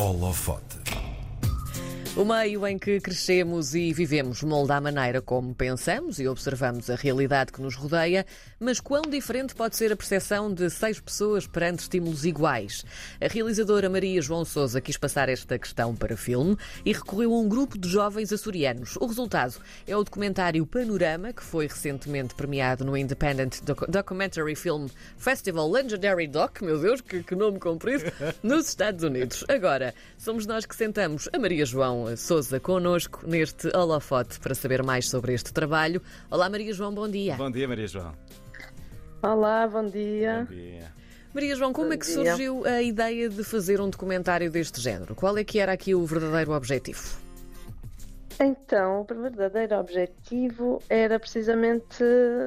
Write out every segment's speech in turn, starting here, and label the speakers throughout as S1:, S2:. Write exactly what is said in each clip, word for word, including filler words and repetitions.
S1: Holofote.
S2: O meio em que crescemos e vivemos molda a maneira como pensamos e observamos a realidade que nos rodeia, mas quão diferente pode ser a percepção de seis pessoas perante estímulos iguais? A realizadora Maria João Sousa quis passar esta questão para filme e recorreu a um grupo de jovens açorianos. O resultado é o documentário Panorama, que foi recentemente premiado no Independent Doc- Documentary Film Festival Legendary Doc, meu Deus, que, que nome comprido, nos Estados Unidos. Agora, somos nós que sentamos a Maria João Sousa connosco neste holofote para saber mais sobre este trabalho. Olá Maria João, bom dia.
S3: Bom dia, Maria João.
S4: Olá, bom dia.
S3: Bom dia.
S2: Maria João, como
S4: Bom
S2: é que
S4: dia.
S2: surgiu a ideia de fazer um documentário deste género? Qual é que era aqui o verdadeiro objetivo?
S4: Então, o verdadeiro objetivo era precisamente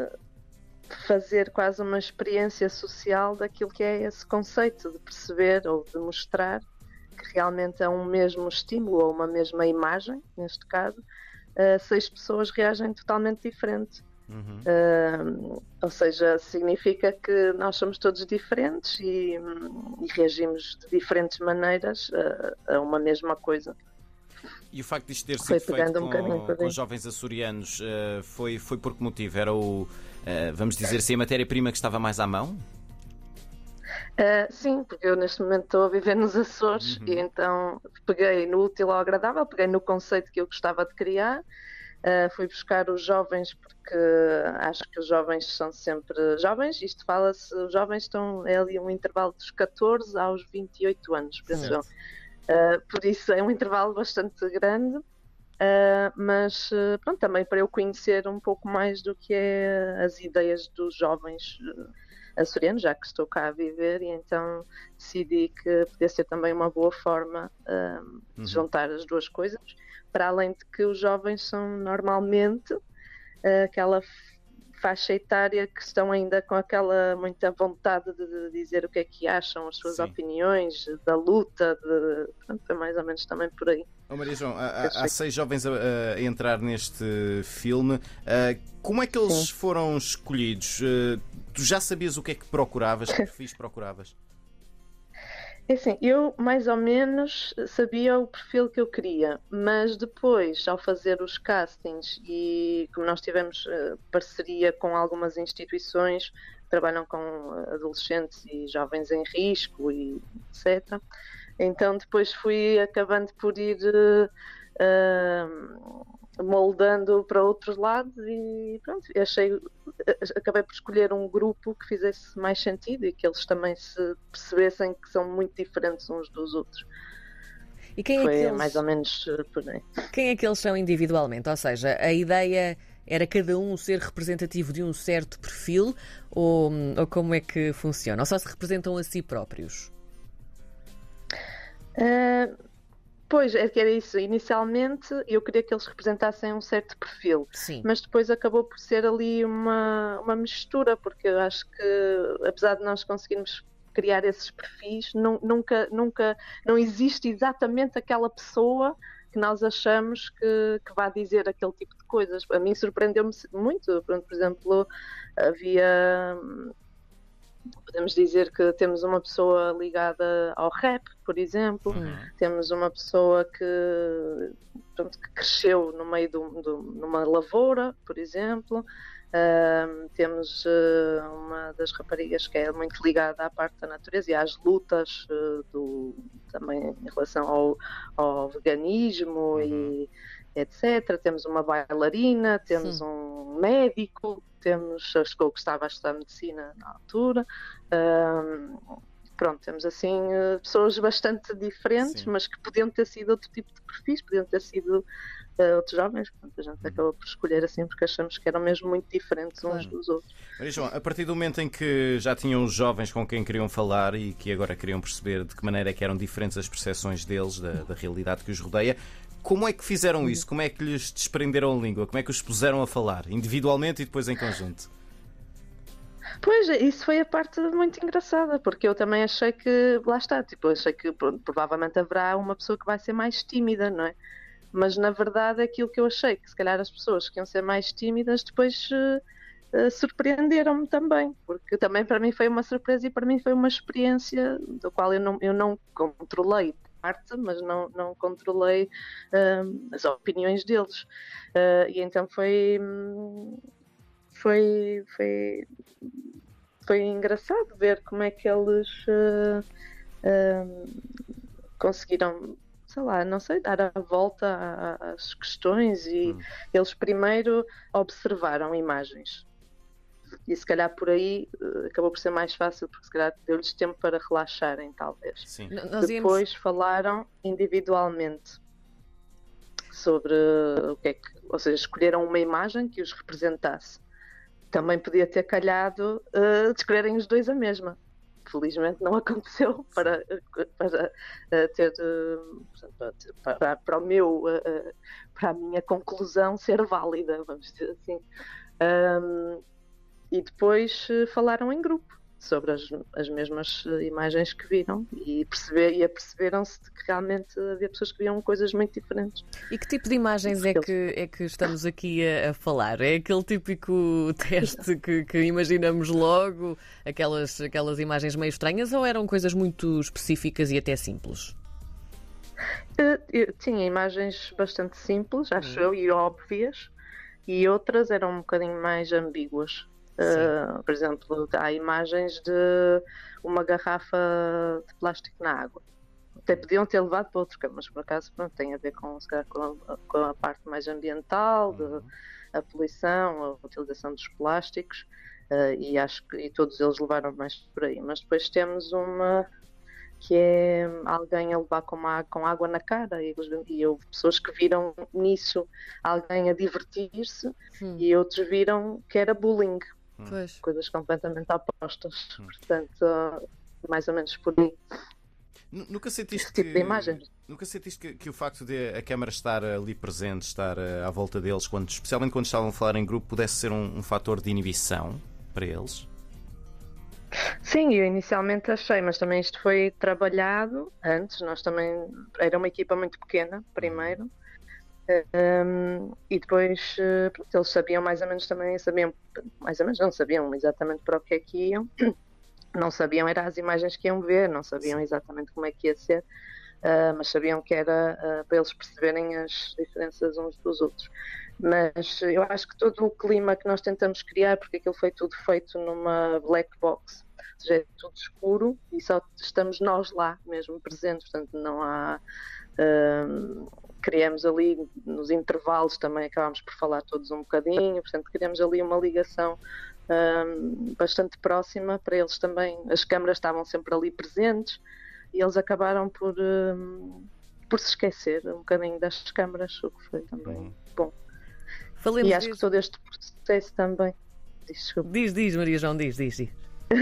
S4: fazer quase uma experiência social daquilo que é esse conceito de perceber ou de mostrar que realmente é um mesmo estímulo ou uma mesma imagem, neste caso, uh, seis pessoas reagem totalmente diferente.
S3: Uhum.
S4: Uh, ou seja, significa que nós somos todos diferentes e, e reagimos de diferentes maneiras a, a uma mesma coisa.
S3: E o facto de isto ter
S4: Foi
S3: sido
S4: pegando
S3: feito
S4: um bocadinho
S3: com,
S4: por
S3: com
S4: aí.
S3: jovens açorianos, uh, foi, foi por que motivo? Era o, uh, vamos dizer assim, a matéria-prima que estava mais à mão?
S4: Uh, sim, porque eu neste momento estou a viver nos Açores
S3: Uhum.
S4: e então peguei no útil ao agradável, peguei no conceito que eu gostava de criar, uh, fui buscar os jovens porque acho que os jovens são sempre jovens, isto fala-se, os jovens estão é ali um intervalo dos catorze aos vinte e oito anos, penso eu. Uh, por isso é um intervalo bastante grande, uh, mas uh, pronto, também para eu conhecer um pouco mais do que é as ideias dos jovens uh, açorianos, já que estou cá a viver, e então decidi que podia ser também uma boa forma uh, de
S3: Uhum.
S4: juntar as duas coisas, para além de que os jovens são normalmente uh, aquela faixa etária que estão ainda com aquela muita vontade de, de dizer o que é que acham, as suas
S3: Sim.
S4: opiniões, da luta, de, pronto, é mais ou menos também por aí.
S3: Oh, Maria João, há, há- há seis jovens a, a entrar neste filme. Uh, como é que eles
S4: Sim.
S3: foram escolhidos? Uh, tu já sabias o que é que procuravas? Que perfis procuravas?
S4: É assim, eu mais ou menos sabia o perfil que eu queria, mas depois, ao fazer os castings e como nós tivemos eh, parceria com algumas instituições que trabalham com eh, adolescentes e jovens em risco e etcétera, então depois fui acabando por ir eh, eh, moldando para outros lados e pronto, achei, acabei por escolher um grupo que fizesse mais sentido e que eles também se percebessem que são muito diferentes uns dos outros.
S2: E quem é,
S4: Foi
S2: que eles,
S4: mais ou menos eh, por aí.
S2: quem é que eles são individualmente? Ou seja, a ideia era cada um ser representativo de um certo perfil ou, ou como é que funciona? Ou só se representam a si próprios?
S4: Uh, Pois, é que era isso. Inicialmente eu queria que eles representassem um certo perfil,
S2: Sim.
S4: mas depois acabou por ser ali uma, uma mistura, porque eu acho que, apesar de nós conseguirmos criar esses perfis, nu- nunca, nunca, não existe exatamente aquela pessoa que nós achamos que, que vai dizer aquele tipo de coisas. A mim surpreendeu-me muito. Pronto, por exemplo, havia... Podemos dizer que temos uma pessoa ligada ao rap, por exemplo.
S2: Hum.
S4: Temos uma pessoa que, pronto, que cresceu no meio de um- de um- numa lavoura, por exemplo. Ahm, temos eh, uma das raparigas que é muito ligada à parte da natureza e às lutas eh, do, também em relação ao, ao veganismo e etcétera. Temos uma bailarina, temos um médico, temos, acho que eu gostava de estudar medicina na altura. Ahm, pronto, temos assim eh, pessoas bastante diferentes,
S3: Sim.
S4: mas que podiam ter sido outro tipo de perfis, podiam ter sido eh, outros jovens. Portanto, a gente acabou por escolher assim porque achamos que eram mesmo muito diferentes uns
S2: Claro.
S4: dos outros.
S3: Maria João, a partir do momento em que já tinham os jovens com quem queriam falar e que agora queriam perceber de que maneira é que eram diferentes as percepções deles, da, da realidade que os rodeia, como é que fizeram isso? Como é que lhes desprenderam a língua? Como é que os puseram a falar? Individualmente e depois em conjunto?
S4: Pois, isso foi a parte muito engraçada, porque eu também achei que, lá está, tipo, eu achei que pronto, provavelmente haverá uma pessoa que vai ser mais tímida, não é? Mas na verdade aquilo que eu achei, que se calhar as pessoas que iam ser mais tímidas depois eh, eh, surpreenderam-me também, porque também para mim foi uma surpresa e para mim foi uma experiência da qual eu não, eu não controlei parte, mas não, não controlei uh, as opiniões deles. Uh, e então foi, foi, foi, foi engraçado ver como é que eles uh, uh, conseguiram, sei lá, não sei, dar a volta às questões e hum. eles primeiro observaram imagens. E se calhar por aí uh, acabou por ser mais fácil, porque se calhar deu-lhes tempo para relaxarem, talvez.
S3: Sim.
S4: Nós Depois íamos... falaram individualmente sobre o que é que, ou seja, escolheram uma imagem que os representasse. Também podia ter calhado uh, de escolherem os dois a mesma. Felizmente não aconteceu para, para, para ter para, para, para o meu para a minha conclusão ser válida, vamos dizer assim. Um, e depois falaram em grupo sobre as, as mesmas imagens que viram e, perceber, e aperceberam-se de que realmente havia pessoas que viam coisas muito diferentes.
S2: E que tipo de imagens é que, é que estamos aqui a, a falar? É aquele típico teste que, que imaginamos logo, aquelas, aquelas imagens meio estranhas, ou eram coisas muito específicas e até simples?
S4: Eu tinha imagens bastante simples, acho hum. eu, e óbvias, e outras eram um bocadinho mais ambíguas. Uh, por exemplo, há imagens de uma garrafa de plástico na água. Até podiam ter levado para outro campo, mas por acaso pronto, tem a ver com, se calhar, com, a, com a parte mais ambiental, de, a poluição, a utilização dos plásticos, uh, e acho que e todos eles levaram mais por aí. Mas depois temos uma que é alguém a levar com, uma, com água na cara, e, e houve pessoas que viram nisso alguém a divertir-se, hum. e outros viram que era bullying.
S2: Pois.
S4: Coisas completamente opostas. Hum. Portanto, uh, mais ou menos por aí.
S3: Nunca sentiste
S4: tipo
S3: que,
S4: de imagens.
S3: Nunca sentiste que, que o facto de a câmara estar ali presente, estar uh, à volta deles, quando, especialmente quando estavam a falar em grupo, pudesse ser um, um fator de inibição para eles?
S4: Sim, eu inicialmente achei, mas também isto foi trabalhado antes. Nós também era uma equipa muito pequena, primeiro. Um, e depois pronto, eles sabiam mais ou menos também, sabiam, mais ou menos não sabiam exatamente para o que é que iam, não sabiam era as imagens que iam ver, não sabiam exatamente como é que ia ser, uh, mas sabiam que era uh, para eles perceberem as diferenças uns dos outros. Mas eu acho que todo o clima que nós tentamos criar, porque aquilo foi tudo feito numa black box, ou seja, é tudo escuro e só estamos nós lá mesmo presentes, portanto não há... Um, criamos ali nos intervalos também, acabámos por falar todos um bocadinho, portanto criamos ali uma ligação um, bastante próxima para eles também. As câmaras estavam sempre ali presentes e eles acabaram por, um, por se esquecer um bocadinho das câmaras, o que foi também uhum. bom.
S2: Falemos
S4: e acho
S2: disso.
S4: que todo este processo também diz,
S2: diz, diz Maria João, diz, diz, diz.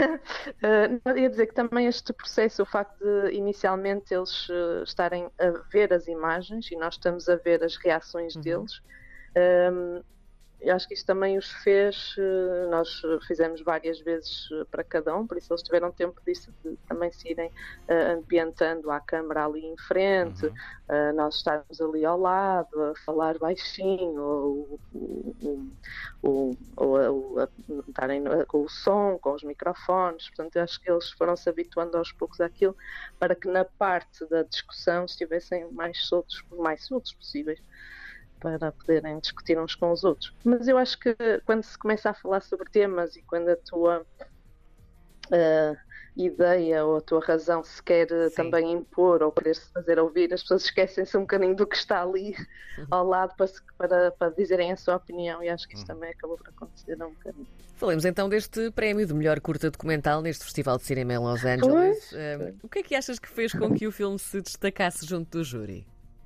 S4: uh, ia dizer que também este processo, o facto de inicialmente eles uh, estarem a ver as imagens e nós estamos a ver as reações uhum. deles, um, eu acho que isto também os fez, uh, nós fizemos várias vezes uh, para cada um, por isso eles tiveram tempo disso, de também se irem uh, ambientando à câmara ali em frente, uhum. uh, nós estarmos ali ao lado a falar baixinho, ou, ou, ou, ou a, a, estarem com o som, com os microfones, portanto eu acho que eles foram se habituando aos poucos àquilo, para que na parte da discussão estivessem mais soltos, mais soltos possíveis, para poderem discutir uns com os outros. Mas eu acho que quando se começa a falar sobre temas e quando a tua uh, ideia ou a tua razão se quer Sim. também impor ou querer-se fazer ouvir, as pessoas esquecem-se um bocadinho do que está ali ao lado para, para, para dizerem a sua opinião, e acho que isso também acabou por acontecer um bocadinho.
S2: Falemos então deste prémio de melhor curta documental neste Festival de Cinema em Los Angeles. Uh, o que é que achas que fez com que o filme se destacasse junto do júri?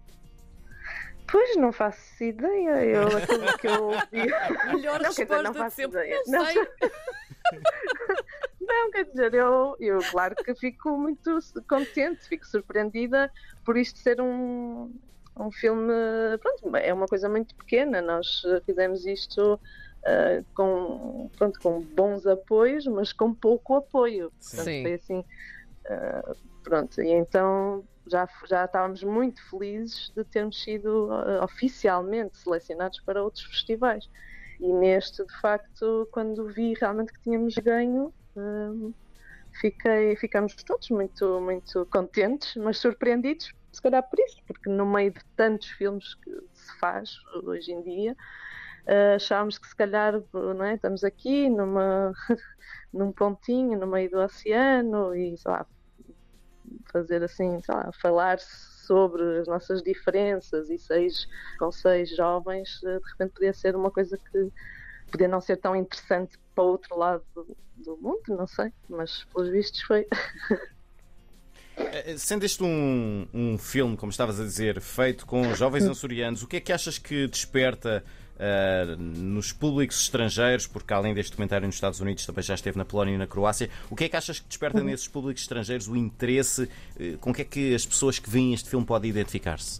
S4: Pois, não faço ideia. Eu, aquilo que eu ouvi...
S2: Melhor
S4: não,
S2: resposta
S4: dizer, não faço
S2: de sempre.
S4: Ideia.
S2: Não, não sei.
S4: Não, quer dizer, eu, eu claro que fico muito contente, fico surpreendida por isto ser um, um filme... Pronto, é uma coisa muito pequena. Nós fizemos isto uh, com, pronto, com bons apoios, mas com pouco apoio. Portanto,
S2: Sim.
S4: foi assim... Uh, pronto, e então... Já, já estávamos muito felizes de termos sido uh, oficialmente selecionados para outros festivais. E neste, de facto, quando vi realmente que tínhamos ganho, uh, fiquei, ficamos todos muito, muito contentes, mas surpreendidos, se calhar por isso, porque no meio de tantos filmes que se faz hoje em dia, uh, achámos que se calhar, não é? Estamos aqui numa, num pontinho no meio do oceano e, sei lá, fazer assim, sei lá, falar sobre as nossas diferenças e seis, com seis jovens, de repente podia ser uma coisa que podia não ser tão interessante para o outro lado do, do mundo, não sei, mas pelos vistos foi.
S3: Sendo este um, um filme, como estavas a dizer, feito com jovens açorianos, o que é que achas que desperta uh, nos públicos estrangeiros, porque além deste documentário nos Estados Unidos também já esteve na Polónia e na Croácia, o que é que achas que desperta uhum. nesses públicos estrangeiros o interesse, uh, com o que é que as pessoas que veem este filme podem identificar-se?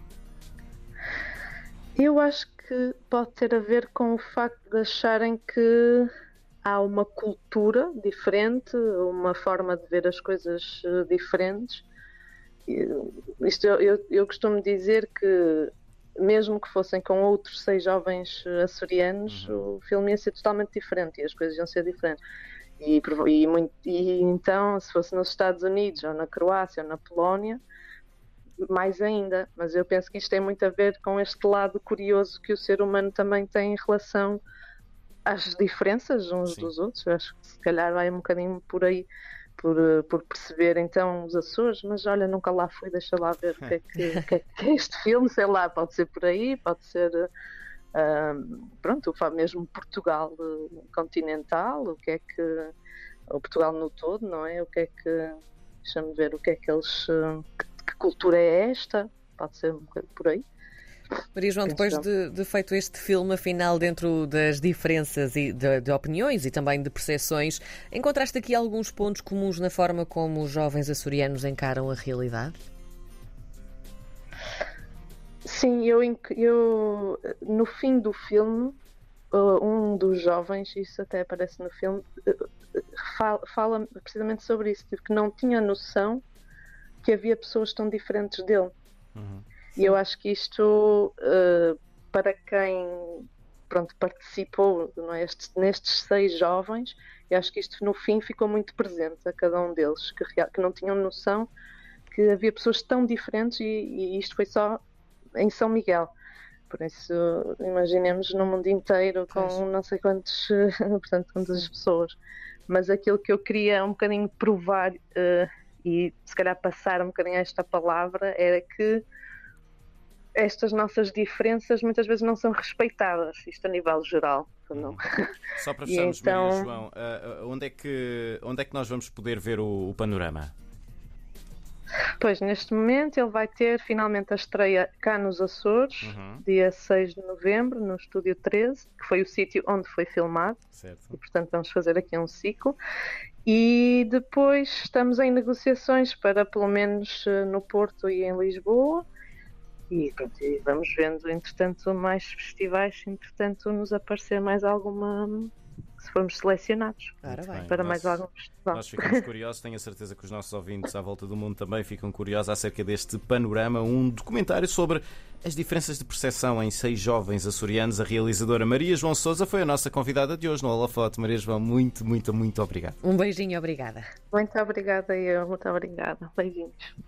S4: Eu acho que pode ter a ver com o facto de acharem que há uma cultura diferente, uma forma de ver as coisas diferentes. Isto, eu, eu costumo dizer que, mesmo que fossem com outros seis jovens açorianos, uhum. o filme ia ser totalmente diferente e as coisas iam ser diferentes. E, e, muito, e então, se fosse nos Estados Unidos, ou na Croácia, ou na Polónia, mais ainda. Mas eu penso que isto tem muito a ver com este lado curioso que o ser humano também tem em relação às diferenças uns Sim. dos outros. Eu acho que se calhar vai um bocadinho por aí, por, por perceber então os Açores, mas olha, nunca lá fui, deixa lá ver o que é que, que, é, que é este filme, sei lá, pode ser por aí, pode ser uh, pronto, mesmo Portugal continental, o que é que o Portugal no todo, não é? O que é que, deixa-me ver o que é que eles, que, que cultura é esta, pode ser um bocadinho por aí.
S2: Maria João, depois de, de feito este filme, afinal, dentro das diferenças e de, de opiniões e também de percepções, encontraste aqui alguns pontos comuns na forma como os jovens açorianos encaram a realidade?
S4: Sim, eu, eu no fim do filme, um dos jovens, isso até aparece no filme, fala, fala precisamente sobre isso, que não tinha noção que havia pessoas tão diferentes dele. Uhum. E eu acho que isto, uh, para quem pronto, participou não é, este, nestes seis jovens, eu acho que isto no fim ficou muito presente a cada um deles, que, que não tinham noção que havia pessoas tão diferentes e, e isto foi só em São Miguel. Por isso, imaginemos no mundo inteiro com pois. não sei quantos, portanto, quantas pessoas. Mas aquilo que eu queria um bocadinho provar uh, e se calhar passar um bocadinho esta palavra era que estas nossas diferenças muitas vezes não são respeitadas, isto a nível geral. Não.
S3: Só para fecharmos, então... Maria João, uh, onde, é que, onde é que nós vamos poder ver o, o panorama?
S4: Pois, neste momento ele vai ter finalmente a estreia cá nos Açores, uhum. dia seis de novembro, no Estúdio treze, que foi o sítio onde foi filmado. Certo. E portanto vamos fazer aqui um ciclo. E depois estamos em negociações para pelo menos no Porto e em Lisboa. E, pronto, e vamos vendo, entretanto, mais festivais, entretanto, nos aparecer mais alguma, se formos selecionados
S2: Ora bem.
S4: para
S3: nós,
S4: mais algum festival.
S3: Nós ficamos curiosos, tenho a certeza que os nossos ouvintes à volta do mundo também ficam curiosos acerca deste panorama, um documentário sobre as diferenças de percepção em seis jovens açorianos. A realizadora Maria João Sousa foi a nossa convidada de hoje no Holofote. Maria João, muito, muito, muito obrigado.
S2: Um beijinho, obrigada.
S4: Muito obrigada, eu, muito obrigada. Beijinhos.